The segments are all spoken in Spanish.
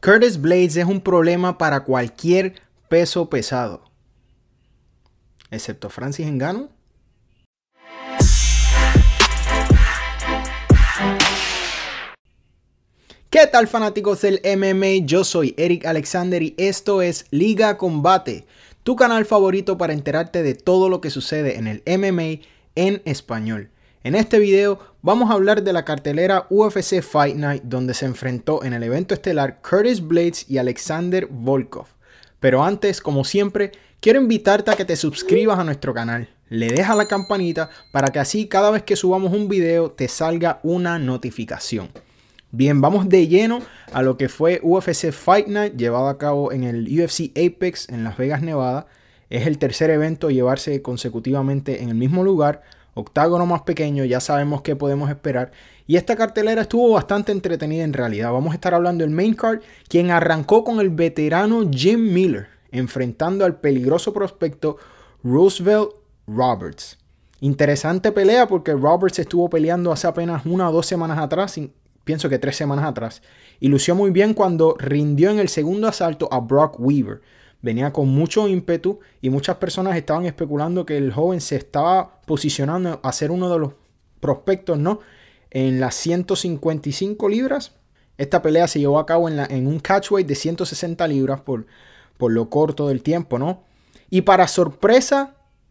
Curtis Blaydes es un problema para cualquier peso pesado, excepto Francis Ngannou. ¿Qué tal, fanáticos del MMA? Yo soy Eric Alexander y esto es Liga Combate, tu canal favorito para enterarte de todo lo que sucede en el MMA en español. En este video vamos a hablar de la cartelera UFC Fight Night, donde se enfrentó en el evento estelar Curtis Blaydes y Alexander Volkov. Pero antes, como siempre, quiero invitarte a que te suscribas a nuestro canal, le dejas la campanita para que así cada vez que subamos un video te salga una notificación. Bien, vamos de lleno a lo que fue UFC Fight Night, llevado a cabo en el UFC Apex en Las Vegas, Nevada. Es el tercer evento a llevarse consecutivamente en el mismo lugar. Octágono más pequeño, ya sabemos qué podemos esperar. Y esta cartelera estuvo bastante entretenida en realidad. Vamos a estar hablando del main card, quien arrancó con el veterano Jim Miller, enfrentando al peligroso prospecto Roosevelt Roberts. Interesante pelea porque Roberts estuvo peleando hace apenas 1 o 2 semanas atrás, pienso que 3 semanas atrás, y lució muy bien cuando rindió en el segundo asalto a Brock Weaver. Venía con mucho ímpetu y muchas personas estaban especulando que el joven se estaba posicionando a ser uno de los prospectos, ¿no?, en las 155 libras. Esta pelea se llevó a cabo en un catchweight de 160 libras por lo corto del tiempo, ¿no? Y para sorpresa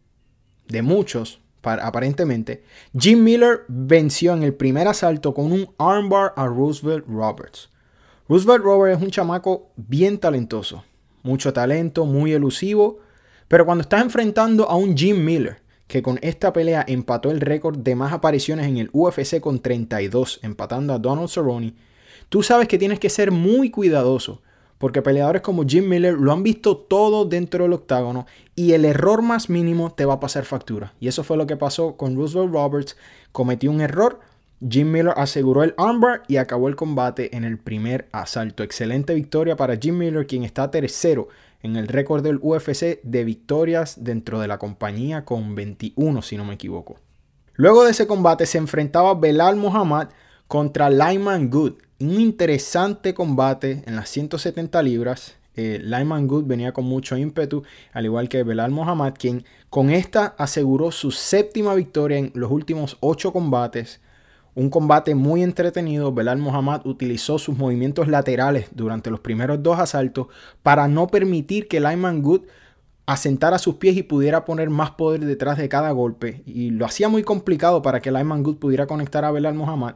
de muchos, aparentemente, Jim Miller venció en el primer asalto con un armbar a Roosevelt Roberts. Roosevelt Roberts es un chamaco bien talentoso. Mucho talento, muy elusivo, pero cuando estás enfrentando a un Jim Miller, que con esta pelea empató el récord de más apariciones en el UFC con 32, empatando a Donald Cerrone, tú sabes que tienes que ser muy cuidadoso, porque peleadores como Jim Miller lo han visto todo dentro del octágono y el error más mínimo te va a pasar factura. Y eso fue lo que pasó con Roosevelt Roberts. Cometió un error, Jim Miller aseguró el armbar y acabó el combate en el primer asalto. Excelente victoria para Jim Miller, quien está tercero en el récord del UFC de victorias dentro de la compañía con 21, si no me equivoco. Luego de ese combate se enfrentaba Belal Muhammad contra Lyman Good. Un interesante combate en las 170 libras. Lyman Good venía con mucho ímpetu, al igual que Belal Muhammad, quien con esta aseguró su 7ª victoria en los últimos 8 combates. Un combate muy entretenido. Belal Muhammad utilizó sus movimientos laterales durante los primeros 2 asaltos para no permitir que Lyman Good asentara sus pies y pudiera poner más poder detrás de cada golpe. Y lo hacía muy complicado para que Lyman Good pudiera conectar a Belal Muhammad.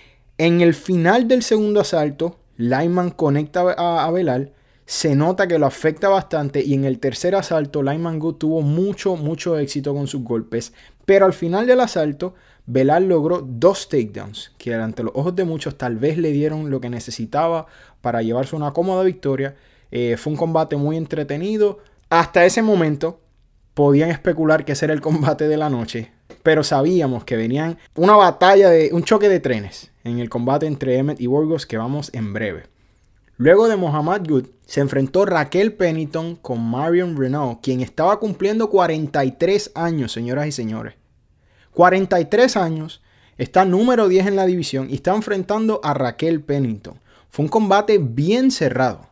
En el final del segundo asalto, Lyman conecta a Belal. Se nota que lo afecta bastante. Y en el tercer asalto, Lyman Good tuvo mucho éxito con sus golpes. Pero al final del asalto, Belal logró 2 takedowns, que ante los ojos de muchos tal vez le dieron lo que necesitaba para llevarse una cómoda victoria. Fue un combate muy entretenido. Hasta ese momento podían especular que ese era el combate de la noche, pero sabíamos que venían una batalla, un choque de trenes en el combate entre Emmett y Burgos, que vamos en breve. Luego de Muhammad Good se enfrentó Raquel Pennington con Marion Renaud, quien estaba cumpliendo 43 años, señoras y señores. 43 años, está número 10 en la división y está enfrentando a Raquel Pennington. Fue un combate bien cerrado.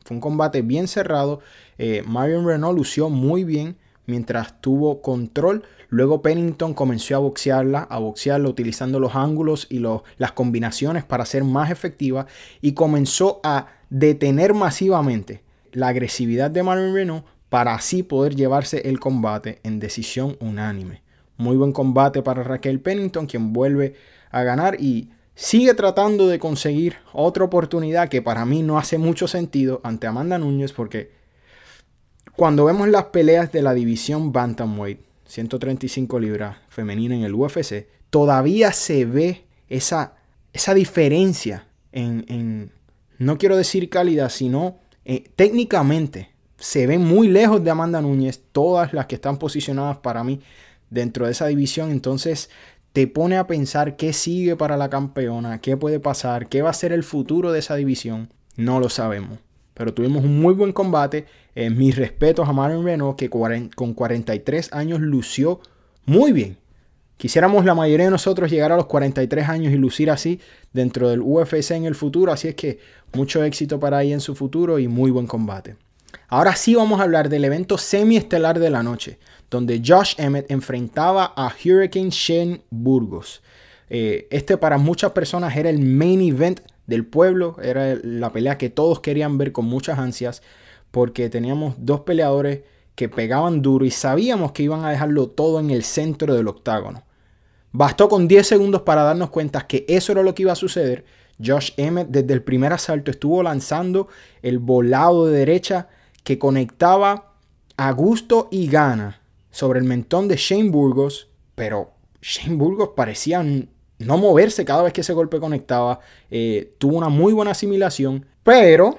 Marion Renaud lució muy bien mientras tuvo control. Luego Pennington comenzó a boxearla utilizando los ángulos y las combinaciones para ser más efectiva, y comenzó a detener masivamente la agresividad de Marion Renaud para así poder llevarse el combate en decisión unánime. Muy buen combate para Raquel Pennington, quien vuelve a ganar y sigue tratando de conseguir otra oportunidad que para mí no hace mucho sentido ante Amanda Nunes, porque cuando vemos las peleas de la división Bantamweight, 135 libras femenina en el UFC, todavía se ve esa diferencia en no quiero decir calidad, sino técnicamente. Se ven muy lejos de Amanda Nunes todas las que están posicionadas para mí dentro de esa división. Entonces te pone a pensar qué sigue para la campeona, qué puede pasar, qué va a ser el futuro de esa división. No lo sabemos. Pero tuvimos un muy buen combate. Mis respetos a Marion Renaud, que con 43 años lució muy bien. Quisiéramos la mayoría de nosotros llegar a los 43 años y lucir así dentro del UFC en el futuro. Así es que mucho éxito para ahí en su futuro y muy buen combate. Ahora sí vamos a hablar del evento semiestelar de la noche, donde Josh Emmett enfrentaba a Hurricane Shane Burgos. Este para muchas personas era el main event del pueblo, era la pelea que todos querían ver con muchas ansias, porque teníamos dos peleadores que pegaban duro y sabíamos que iban a dejarlo todo en el centro del octágono. Bastó con 10 segundos para darnos cuenta que eso era lo que iba a suceder. Josh Emmett desde el primer asalto estuvo lanzando el volado de derecha que conectaba a gusto y gana sobre el mentón de Shane Burgos, pero Shane Burgos parecía no moverse cada vez que ese golpe conectaba. Tuvo una muy buena asimilación, pero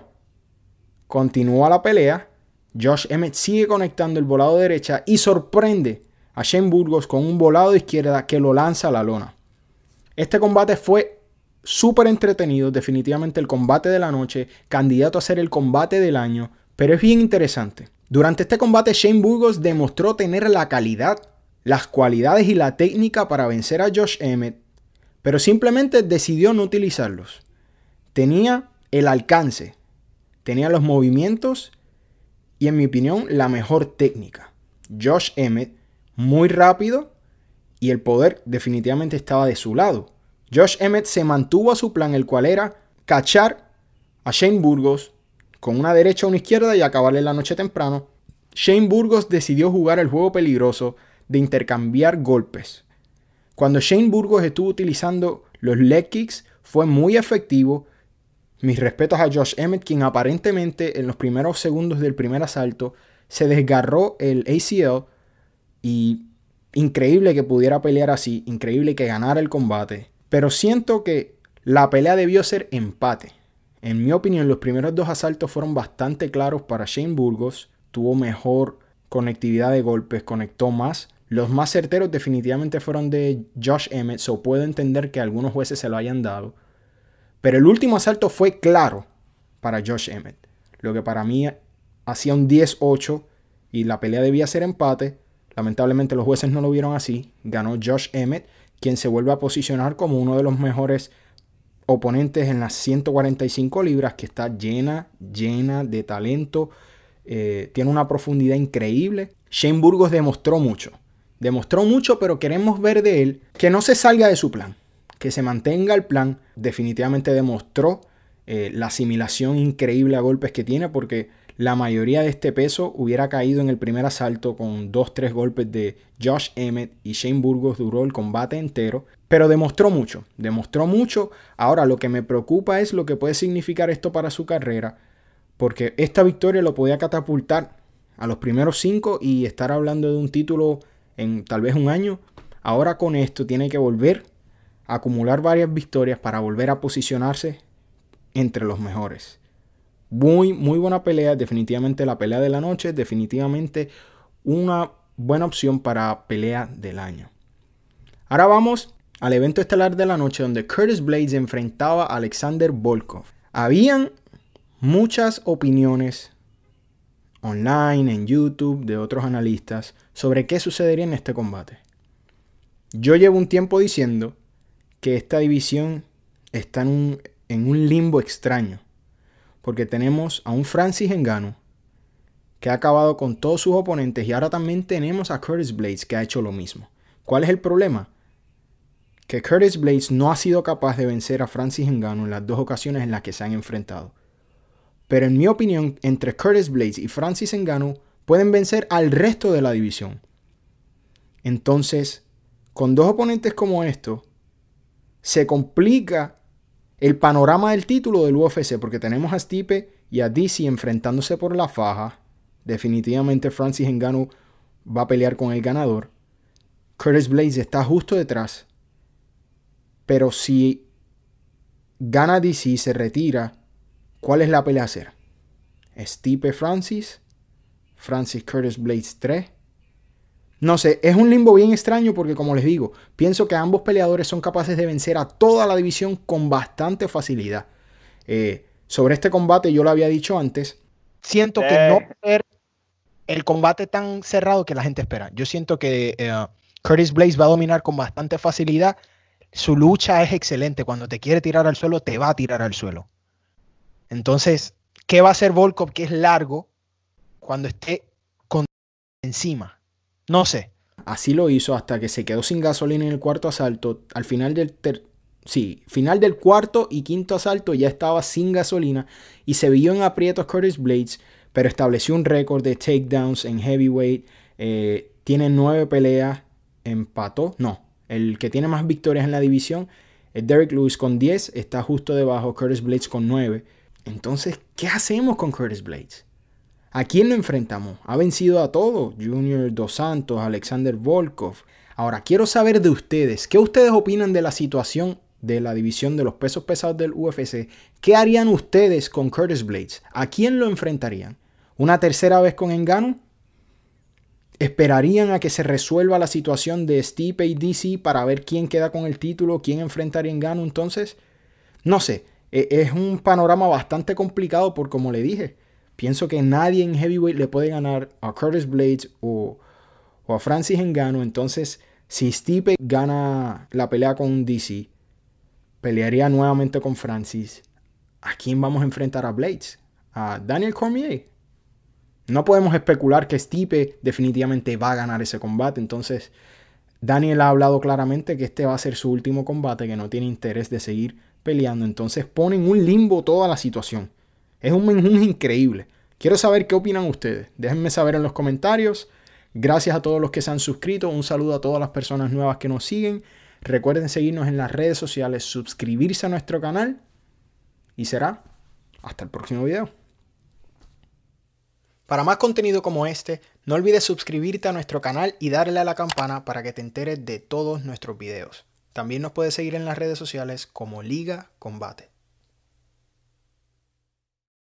continúa la pelea. Josh Emmett sigue conectando el volado de derecha y sorprende a Shane Burgos con un volado de izquierda que lo lanza a la lona. Este combate fue súper entretenido, definitivamente el combate de la noche, candidato a ser el combate del año, pero es bien interesante. Durante este combate Shane Burgos demostró tener la calidad, las cualidades y la técnica para vencer a Josh Emmett, pero simplemente decidió no utilizarlos. Tenía el alcance, tenía los movimientos y en mi opinión la mejor técnica. Josh Emmett muy rápido y el poder definitivamente estaba de su lado. Josh Emmett se mantuvo a su plan, el cual era cachar a Shane Burgos con una derecha o una izquierda y acabarle la noche temprano. Shane Burgos decidió jugar el juego peligroso de intercambiar golpes. Cuando Shane Burgos estuvo utilizando los leg kicks fue muy efectivo. Mis respetos a Josh Emmett, quien aparentemente en los primeros segundos del primer asalto se desgarró el ACL. Y increíble que pudiera pelear así, increíble que ganara el combate. Pero siento que la pelea debió ser empate. En mi opinión, los primeros dos asaltos fueron bastante claros para Shane Burgos. Tuvo mejor conectividad de golpes, conectó más. Los más certeros definitivamente fueron de Josh Emmett, so puedo entender que algunos jueces se lo hayan dado. Pero el último asalto fue claro para Josh Emmett. Lo que para mí hacía un 10-8 y la pelea debía ser empate. Lamentablemente los jueces no lo vieron así. Ganó Josh Emmett, quien se vuelve a posicionar como uno de los mejores oponentes en las 145 libras, que está llena de talento. Tiene una profundidad increíble. Shane Burgos demostró mucho, pero queremos ver de él que no se salga de su plan, que se mantenga el plan. Definitivamente demostró la asimilación increíble a golpes que tiene, porque la mayoría de este peso hubiera caído en el primer asalto con 2-3 golpes de Josh Emmett, y Shane Burgos duró el combate entero, pero demostró mucho. Ahora lo que me preocupa es lo que puede significar esto para su carrera, porque esta victoria lo podía catapultar a los primeros 5 y estar hablando de un título en tal vez un año. Ahora con esto tiene que volver a acumular varias victorias para volver a posicionarse entre los mejores. Muy buena pelea, definitivamente la pelea de la noche, definitivamente una buena opción para pelea del año. Ahora vamos al evento estelar de la noche, donde Curtis Blaydes enfrentaba a Alexander Volkov. Habían muchas opiniones online, en YouTube, de otros analistas sobre qué sucedería en este combate. Yo llevo un tiempo diciendo que esta división está en un limbo extraño, porque tenemos a un Francis Ngannou que ha acabado con todos sus oponentes, y ahora también tenemos a Curtis Blaydes, que ha hecho lo mismo. ¿Cuál es el problema? Que Curtis Blaydes no ha sido capaz de vencer a Francis Ngannou en las dos ocasiones en las que se han enfrentado. Pero en mi opinión, entre Curtis Blaydes y Francis Ngannou pueden vencer al resto de la división. Entonces, con dos oponentes como estos, se complica el panorama del título del UFC, porque tenemos a Stipe y a DC enfrentándose por la faja. Definitivamente Francis Ngannou va a pelear con el ganador. Curtis Blaydes está justo detrás. Pero si gana DC, se retira, ¿cuál es la pelea a hacer? Stipe Francis Curtis Blaydes 3. No sé, es un limbo bien extraño, porque como les digo, pienso que ambos peleadores son capaces de vencer a toda la división con bastante facilidad. Sobre este combate yo lo había dicho antes. Siento que no va a ser el combate tan cerrado que la gente espera. Yo siento que Curtis Blaydes va a dominar con bastante facilidad. Su lucha es excelente. Cuando te quiere tirar al suelo, te va a tirar al suelo. Entonces, ¿qué va a hacer Volkov, que es largo, cuando esté con encima? No sé. Así lo hizo hasta que se quedó sin gasolina en el cuarto asalto. Al final final del cuarto y quinto asalto ya estaba sin gasolina y se vio en aprietos Curtis Blaydes, pero estableció un récord de takedowns en heavyweight. Tiene 9 peleas, empató. No, el que tiene más victorias en la división es Derrick Lewis con 10, está justo debajo Curtis Blaydes con 9. Entonces, ¿qué hacemos con Curtis Blaydes? ¿A quién lo enfrentamos? Ha vencido a todos. Junior Dos Santos, Alexander Volkov. Ahora, quiero saber de ustedes. ¿Qué ustedes opinan de la situación de la división de los pesos pesados del UFC? ¿Qué harían ustedes con Curtis Blaydes? ¿A quién lo enfrentarían? ¿Una tercera vez con Ngannou? ¿Esperarían a que se resuelva la situación de Stipe y DC para ver quién queda con el título? ¿Quién enfrentaría a Ngannou entonces? No sé. Es un panorama bastante complicado por como le dije. Pienso que nadie en heavyweight le puede ganar a Curtis Blaydes o a Francis Ngannou. Entonces, si Stipe gana la pelea con DC, pelearía nuevamente con Francis. ¿A quién vamos a enfrentar a Blaydes? ¿A Daniel Cormier? No podemos especular que Stipe definitivamente va a ganar ese combate. Entonces, Daniel ha hablado claramente que este va a ser su último combate, que no tiene interés de seguir peleando. Entonces pone en un limbo toda la situación. Es un menjunje increíble. Quiero saber qué opinan ustedes. Déjenme saber en los comentarios. Gracias a todos los que se han suscrito. Un saludo a todas las personas nuevas que nos siguen. Recuerden seguirnos en las redes sociales, suscribirse a nuestro canal. Y será hasta el próximo video. Para más contenido como este, no olvides suscribirte a nuestro canal y darle a la campana para que te enteres de todos nuestros videos. También nos puedes seguir en las redes sociales como Liga Combate.